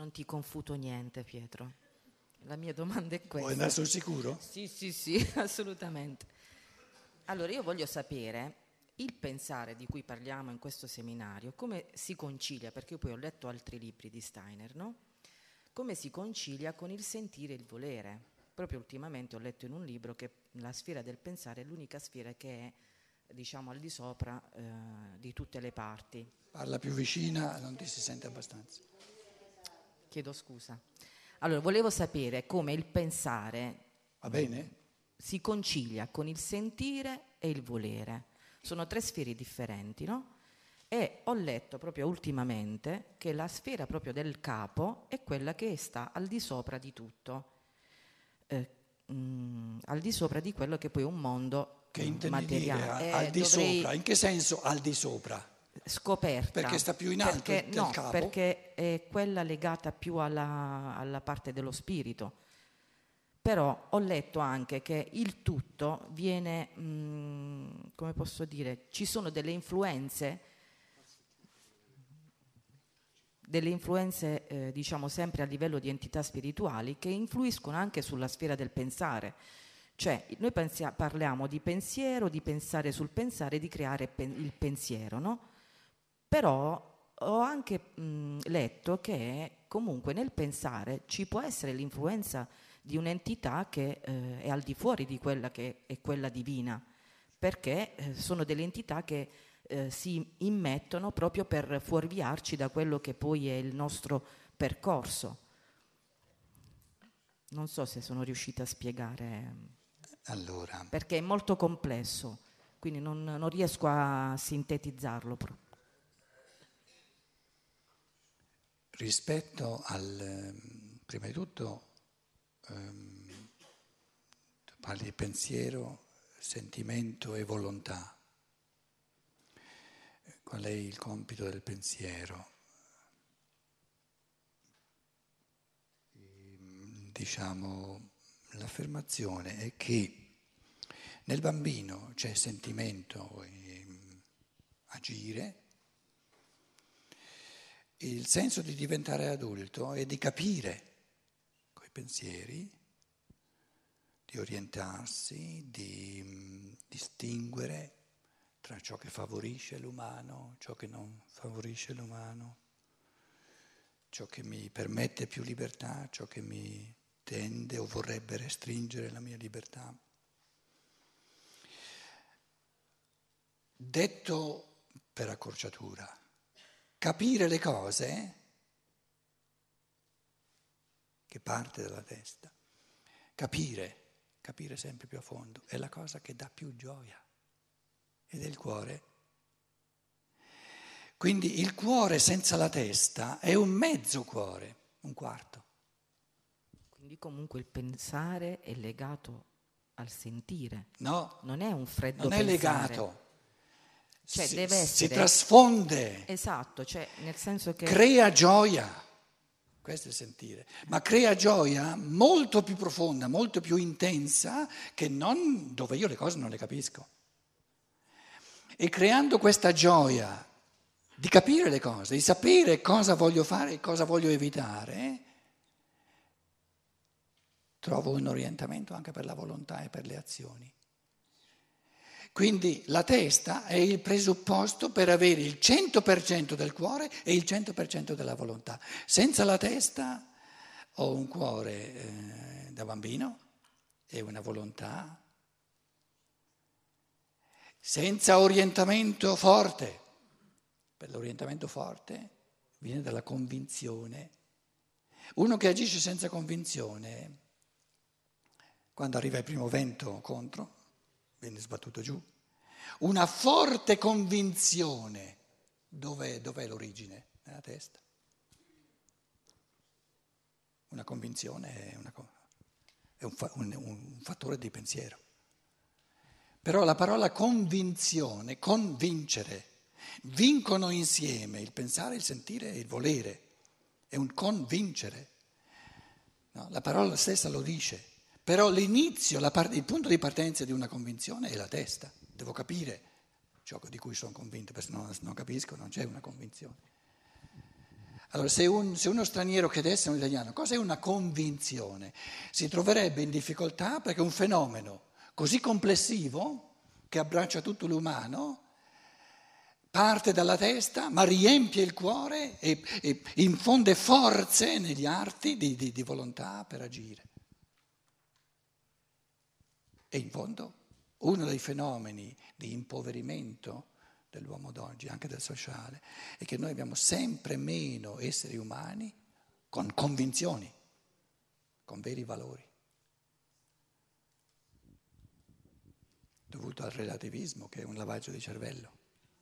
Non ti confuto niente, Pietro. La mia domanda è questa. Vuoi andare sul sicuro? Sì, assolutamente. Allora, io voglio sapere il pensare di cui parliamo in questo seminario, come si concilia, perché io poi ho letto altri libri di Steiner, no? Come si concilia con il sentire e il volere. Proprio ultimamente ho letto in un libro che la sfera del pensare è l'unica sfera che è, diciamo, al di sopra di tutte le parti. Parla più vicina, non ti si sente abbastanza. Chiedo scusa. Allora, volevo sapere come il pensare Va bene? si concilia con il sentire e il volere. Sono 3 sfere differenti, no? E ho letto proprio ultimamente che la sfera proprio del capo è quella che sta al di sopra di tutto, al di sopra di quello che poi è un mondo Che intendi materiale. dire al di sopra? In che senso al di sopra? Scoperta. Perché sta più in alto del capo? Perché è quella legata più alla parte dello spirito. Però ho letto anche che il tutto viene, come posso dire, ci sono delle influenze, diciamo sempre a livello di entità spirituali, che influiscono anche sulla sfera del pensare. Cioè noi parliamo di pensiero, di pensare sul pensare, di creare il pensiero, no? Però ho anche letto che comunque nel pensare ci può essere l'influenza di un'entità che è al di fuori di quella che è quella divina, perché sono delle entità che si immettono proprio per fuorviarci da quello che poi è il nostro percorso. Non so se sono riuscita a spiegare, Allora, perché è molto complesso, quindi non riesco a sintetizzarlo proprio. rispetto al, prima di tutto, tu parli di pensiero, sentimento e volontà. Qual è il compito del pensiero? Diciamo, l'affermazione è che nel bambino c'è sentimento e agire. Il senso di diventare adulto è di capire coi pensieri, di orientarsi, di distinguere tra ciò che favorisce l'umano, ciò che non favorisce l'umano, ciò che mi permette più libertà, ciò che mi tende o vorrebbe restringere la mia libertà. Detto per accorciatura, capire le cose, che parte dalla testa, capire sempre più a fondo, è la cosa che dà più gioia, ed è il cuore. Quindi il cuore senza la testa è un mezzo cuore, un quarto. Quindi comunque il pensare è legato al sentire. No, non è un freddo non è pensare. legato. Cioè si, deve essere... si trasfonde. Esatto, cioè nel senso che... Crea gioia, questo è il sentire, ma crea gioia molto più profonda, molto più intensa che non dove io le cose non le capisco. E creando questa gioia di capire le cose, di sapere cosa voglio fare e cosa voglio evitare, trovo un orientamento anche per la volontà e per le azioni. Quindi la testa è il presupposto per avere il 100% del cuore e il 100% della volontà. Senza la testa ho un cuore da bambino e una volontà senza orientamento forte. Per l'orientamento forte viene dalla convinzione. Uno che agisce senza convinzione, quando arriva il primo vento contro, viene sbattuto giù. Una forte convinzione, dov'è l'origine? Nella testa. Una convinzione è un fattore di pensiero. Però la parola convinzione, convincere, vincono insieme il pensare, il sentire e il volere. È un convincere. No? La parola stessa lo dice. Però l'inizio, il punto di partenza di una convinzione è la testa. Devo capire ciò di cui sono convinto, perché se non capisco non c'è una convinzione. Allora, se uno straniero chiedesse a un italiano cos'è una convinzione, si troverebbe in difficoltà perché è un fenomeno così complessivo che abbraccia tutto l'umano, parte dalla testa ma riempie il cuore e infonde forze negli arti di volontà per agire. E in fondo uno dei fenomeni di impoverimento dell'uomo d'oggi, anche del sociale, è che noi abbiamo sempre meno esseri umani con convinzioni, con veri valori, dovuto al relativismo che è un lavaggio di cervello.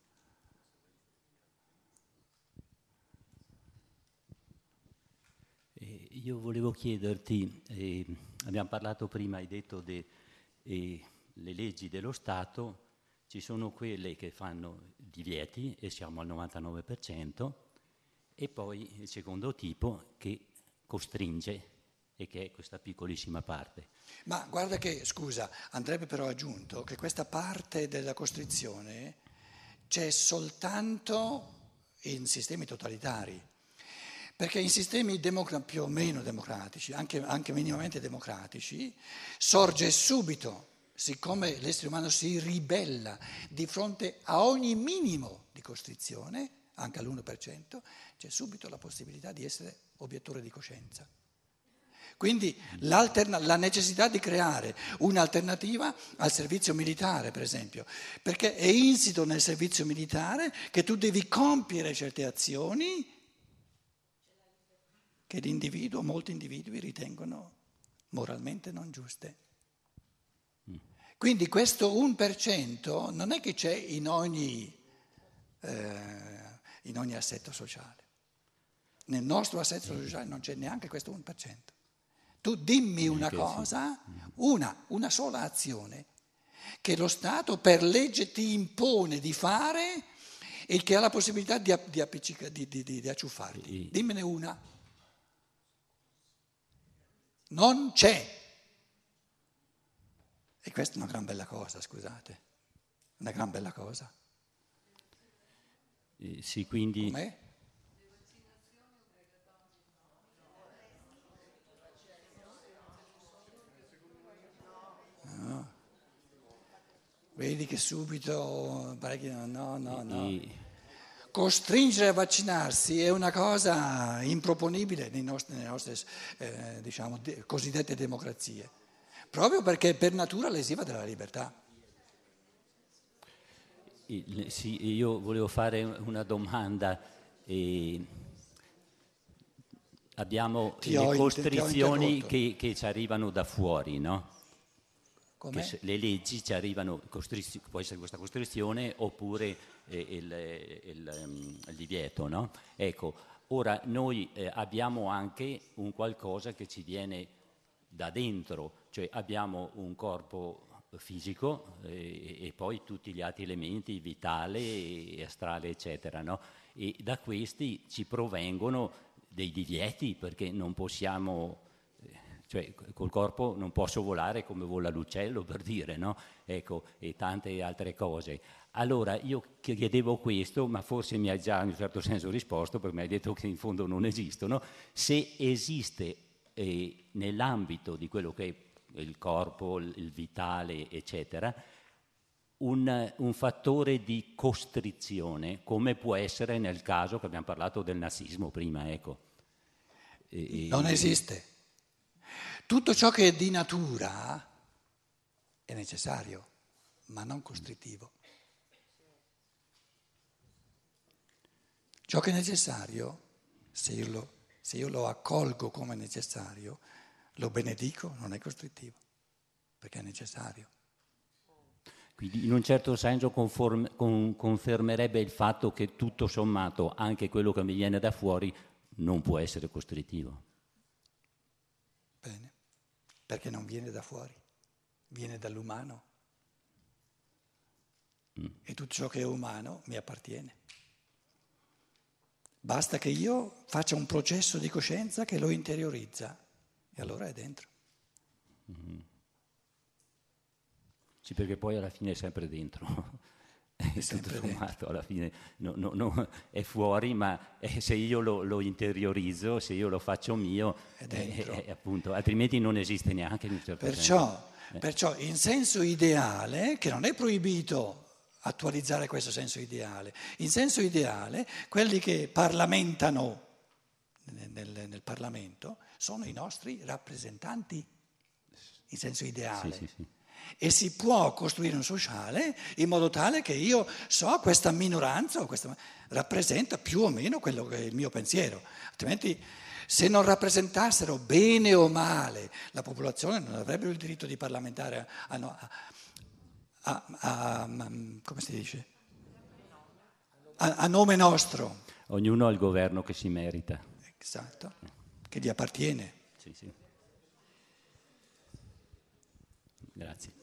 Io volevo chiederti, abbiamo parlato prima, hai detto le leggi dello Stato, ci sono quelle che fanno divieti e siamo al 99%, e poi il secondo tipo che costringe e che è questa piccolissima parte. Ma guarda che, scusa, andrebbe però aggiunto che questa parte della costrizione c'è soltanto in sistemi totalitari. Perché in sistemi più o meno democratici, anche minimamente democratici, sorge subito, siccome l'essere umano si ribella di fronte a ogni minimo di costrizione, anche all'1%, c'è subito la possibilità di essere obiettore di coscienza. Quindi la necessità di creare un'alternativa al servizio militare, per esempio, perché è insito nel servizio militare che tu devi compiere certe azioni che molti individui ritengono moralmente non giuste. Quindi questo 1% non è che c'è in ogni assetto sociale. Nel nostro assetto sociale non c'è neanche questo 1%. Tu dimmi una cosa, una sola azione che lo Stato per legge ti impone di fare e che ha la possibilità di acciuffarti. Dimmene una. Non c'è. E questa è una gran bella cosa, scusate. Una gran bella cosa. Sì, quindi... Com'è? No. Vedi che subito no. Costringere a vaccinarsi è una cosa improponibile nelle nostre cosiddette democrazie, proprio perché è per natura lesiva della libertà. Sì, io volevo fare una domanda. Abbiamo le costrizioni che ci arrivano da fuori, no? Che le leggi ci arrivano, può essere questa costrizione oppure il divieto, no? Ecco, ora noi abbiamo anche un qualcosa che ci viene da dentro, cioè abbiamo un corpo fisico e poi tutti gli altri elementi, vitale e astrale, eccetera, no? E da questi ci provengono dei divieti perché non possiamo... Cioè col corpo non posso volare come vola l'uccello, per dire, no? Ecco, e tante altre cose. Allora io chiedevo questo, ma forse mi hai già in un certo senso risposto, perché mi hai detto che in fondo non esistono. Se esiste nell'ambito di quello che è il corpo, il vitale, eccetera, un fattore di costrizione, come può essere nel caso che abbiamo parlato del nazismo prima, ecco. Non esiste. Tutto ciò che è di natura è necessario, ma non costrittivo. Ciò che è necessario, se io lo accolgo come necessario, lo benedico, non è costrittivo, perché è necessario. Quindi in un certo senso confermerebbe il fatto che tutto sommato anche quello che mi viene da fuori non può essere costrittivo. Bene. Perché non viene da fuori, viene dall'umano. E tutto ciò che è umano mi appartiene. Basta che io faccia un processo di coscienza che lo interiorizza e allora è dentro. Sì, perché poi alla fine è sempre dentro. tutto sommato alla fine è fuori, ma se io lo interiorizzo, se io lo faccio mio, appunto, altrimenti non esiste neanche in un certo senso. Perciò in senso ideale, che non è proibito attualizzare questo senso ideale, in senso ideale quelli che parlamentano nel Parlamento sono i nostri rappresentanti, in senso ideale. Sì. E si può costruire un sociale in modo tale che io so questa minoranza rappresenta più o meno quello che è il mio pensiero, altrimenti se non rappresentassero bene o male la popolazione non avrebbero il diritto di parlamentare come si dice? A nome nostro. Ognuno ha il governo che si merita. Esatto, che gli appartiene. Sì. Grazie.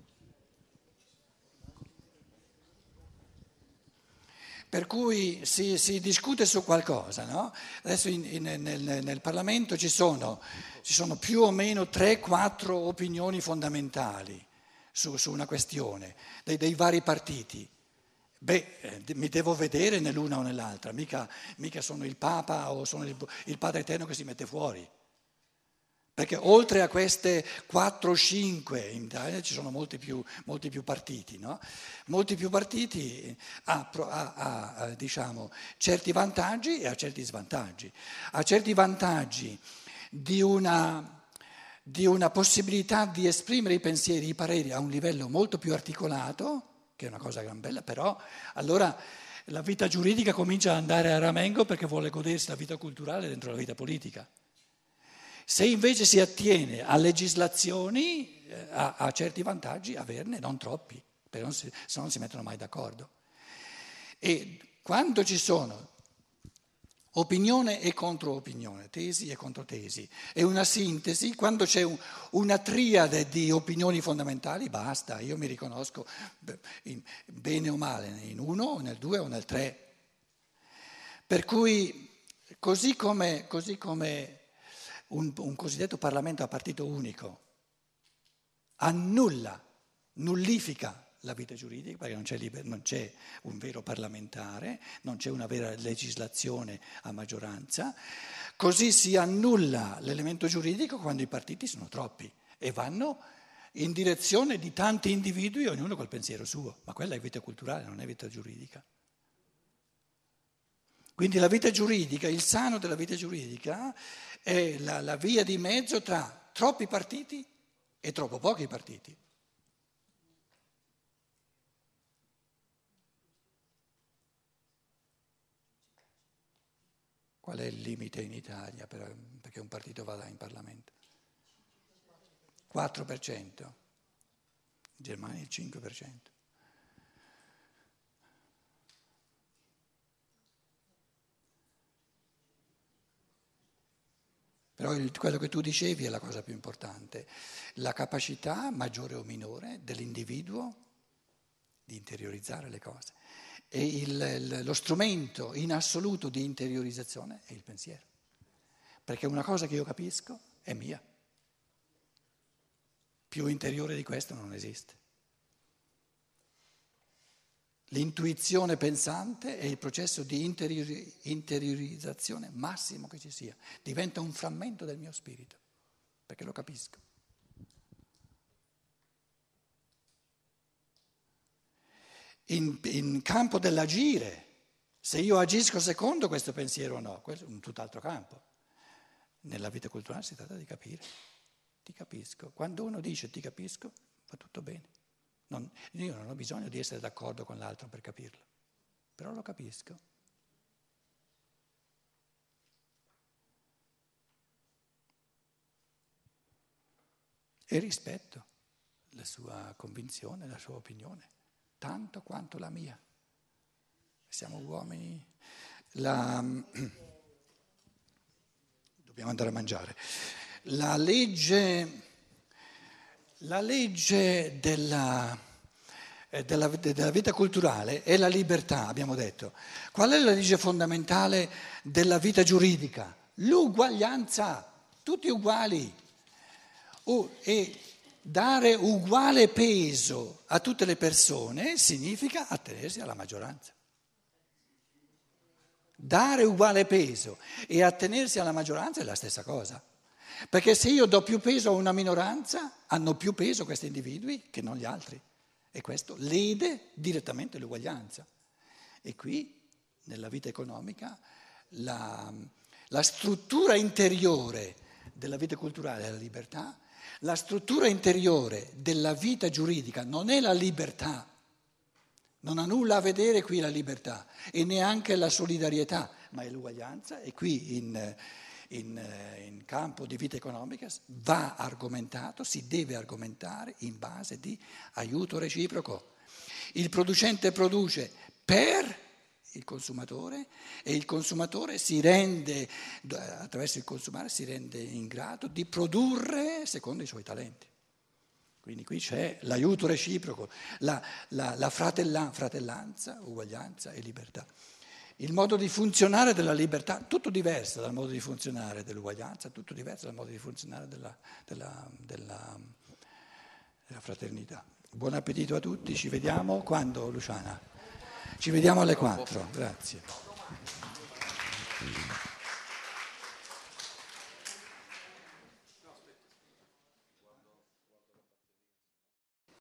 Per cui si discute su qualcosa, no? Adesso nel Parlamento ci sono più o meno 3-4 opinioni fondamentali su una questione, dei vari partiti. Mi devo vedere nell'una o nell'altra, mica sono il Papa o sono il Padre Eterno che si mette fuori. Perché oltre a queste 4-5 in Italia ci sono molti più partiti, no? Molti più partiti ha diciamo, certi vantaggi e ha certi svantaggi. Ha certi vantaggi di una possibilità di esprimere i pensieri, i pareri a un livello molto più articolato, che è una cosa gran bella, però allora la vita giuridica comincia ad andare a ramengo perché vuole godersi la vita culturale dentro la vita politica. Se invece si attiene a legislazioni, ha certi vantaggi averne, non troppi, se no non si mettono mai d'accordo. E quando ci sono opinione e controopinione, tesi e controtesi, e una sintesi, quando c'è una triade di opinioni fondamentali, basta, io mi riconosco bene o male in uno, o nel due o nel tre. Per cui, così come un cosiddetto Parlamento a partito unico nullifica la vita giuridica, perché non c'è un vero parlamentare, non c'è una vera legislazione a maggioranza, così si annulla l'elemento giuridico quando i partiti sono troppi e vanno in direzione di tanti individui, ognuno col pensiero suo, ma quella è vita culturale, non è vita giuridica. Quindi la vita giuridica, il sano della vita giuridica è la via di mezzo tra troppi partiti e troppo pochi partiti. Qual è il limite in Italia perché un partito vada in Parlamento? 4%, in Germania il 5%. Però quello che tu dicevi è la cosa più importante, la capacità, maggiore o minore, dell'individuo di interiorizzare le cose. E lo strumento in assoluto di interiorizzazione è il pensiero, perché una cosa che io capisco è mia. Più interiore di questo non esiste. L'intuizione pensante è il processo di interiorizzazione massimo che ci sia. Diventa un frammento del mio spirito, perché lo capisco. In campo dell'agire, se io agisco secondo questo pensiero o no, questo è un tutt'altro campo. Nella vita culturale si tratta di capire. Ti capisco. Quando uno dice ti capisco, va tutto bene. Io non ho bisogno di essere d'accordo con l'altro per capirlo, però lo capisco. E rispetto la sua convinzione, la sua opinione, tanto quanto la mia. Siamo uomini. Dobbiamo andare a mangiare. La legge della vita culturale è la libertà, abbiamo detto. Qual è la legge fondamentale della vita giuridica? L'uguaglianza, tutti uguali. E Dare uguale peso a tutte le persone significa attenersi alla maggioranza. Dare uguale peso e attenersi alla maggioranza è la stessa cosa. Perché se io do più peso a una minoranza, hanno più peso questi individui che non gli altri. E questo lede direttamente l'uguaglianza. E qui, nella vita economica, la struttura interiore della vita culturale è la libertà, la struttura interiore della vita giuridica non è la libertà, non ha nulla a vedere qui la libertà e neanche la solidarietà, ma è l'uguaglianza, e qui in campo di vita economica va argomentato, si deve argomentare in base di aiuto reciproco. Il producente produce per il consumatore e il consumatore si rende, attraverso il consumare, si rende in grado di produrre secondo i suoi talenti. Quindi qui c'è l'aiuto reciproco, la fratellanza, uguaglianza e libertà. Il modo di funzionare della libertà, tutto diverso dal modo di funzionare dell'uguaglianza, tutto diverso dal modo di funzionare della fraternità. Buon appetito a tutti, ci vediamo quando, Luciana? Ci vediamo alle 4, grazie.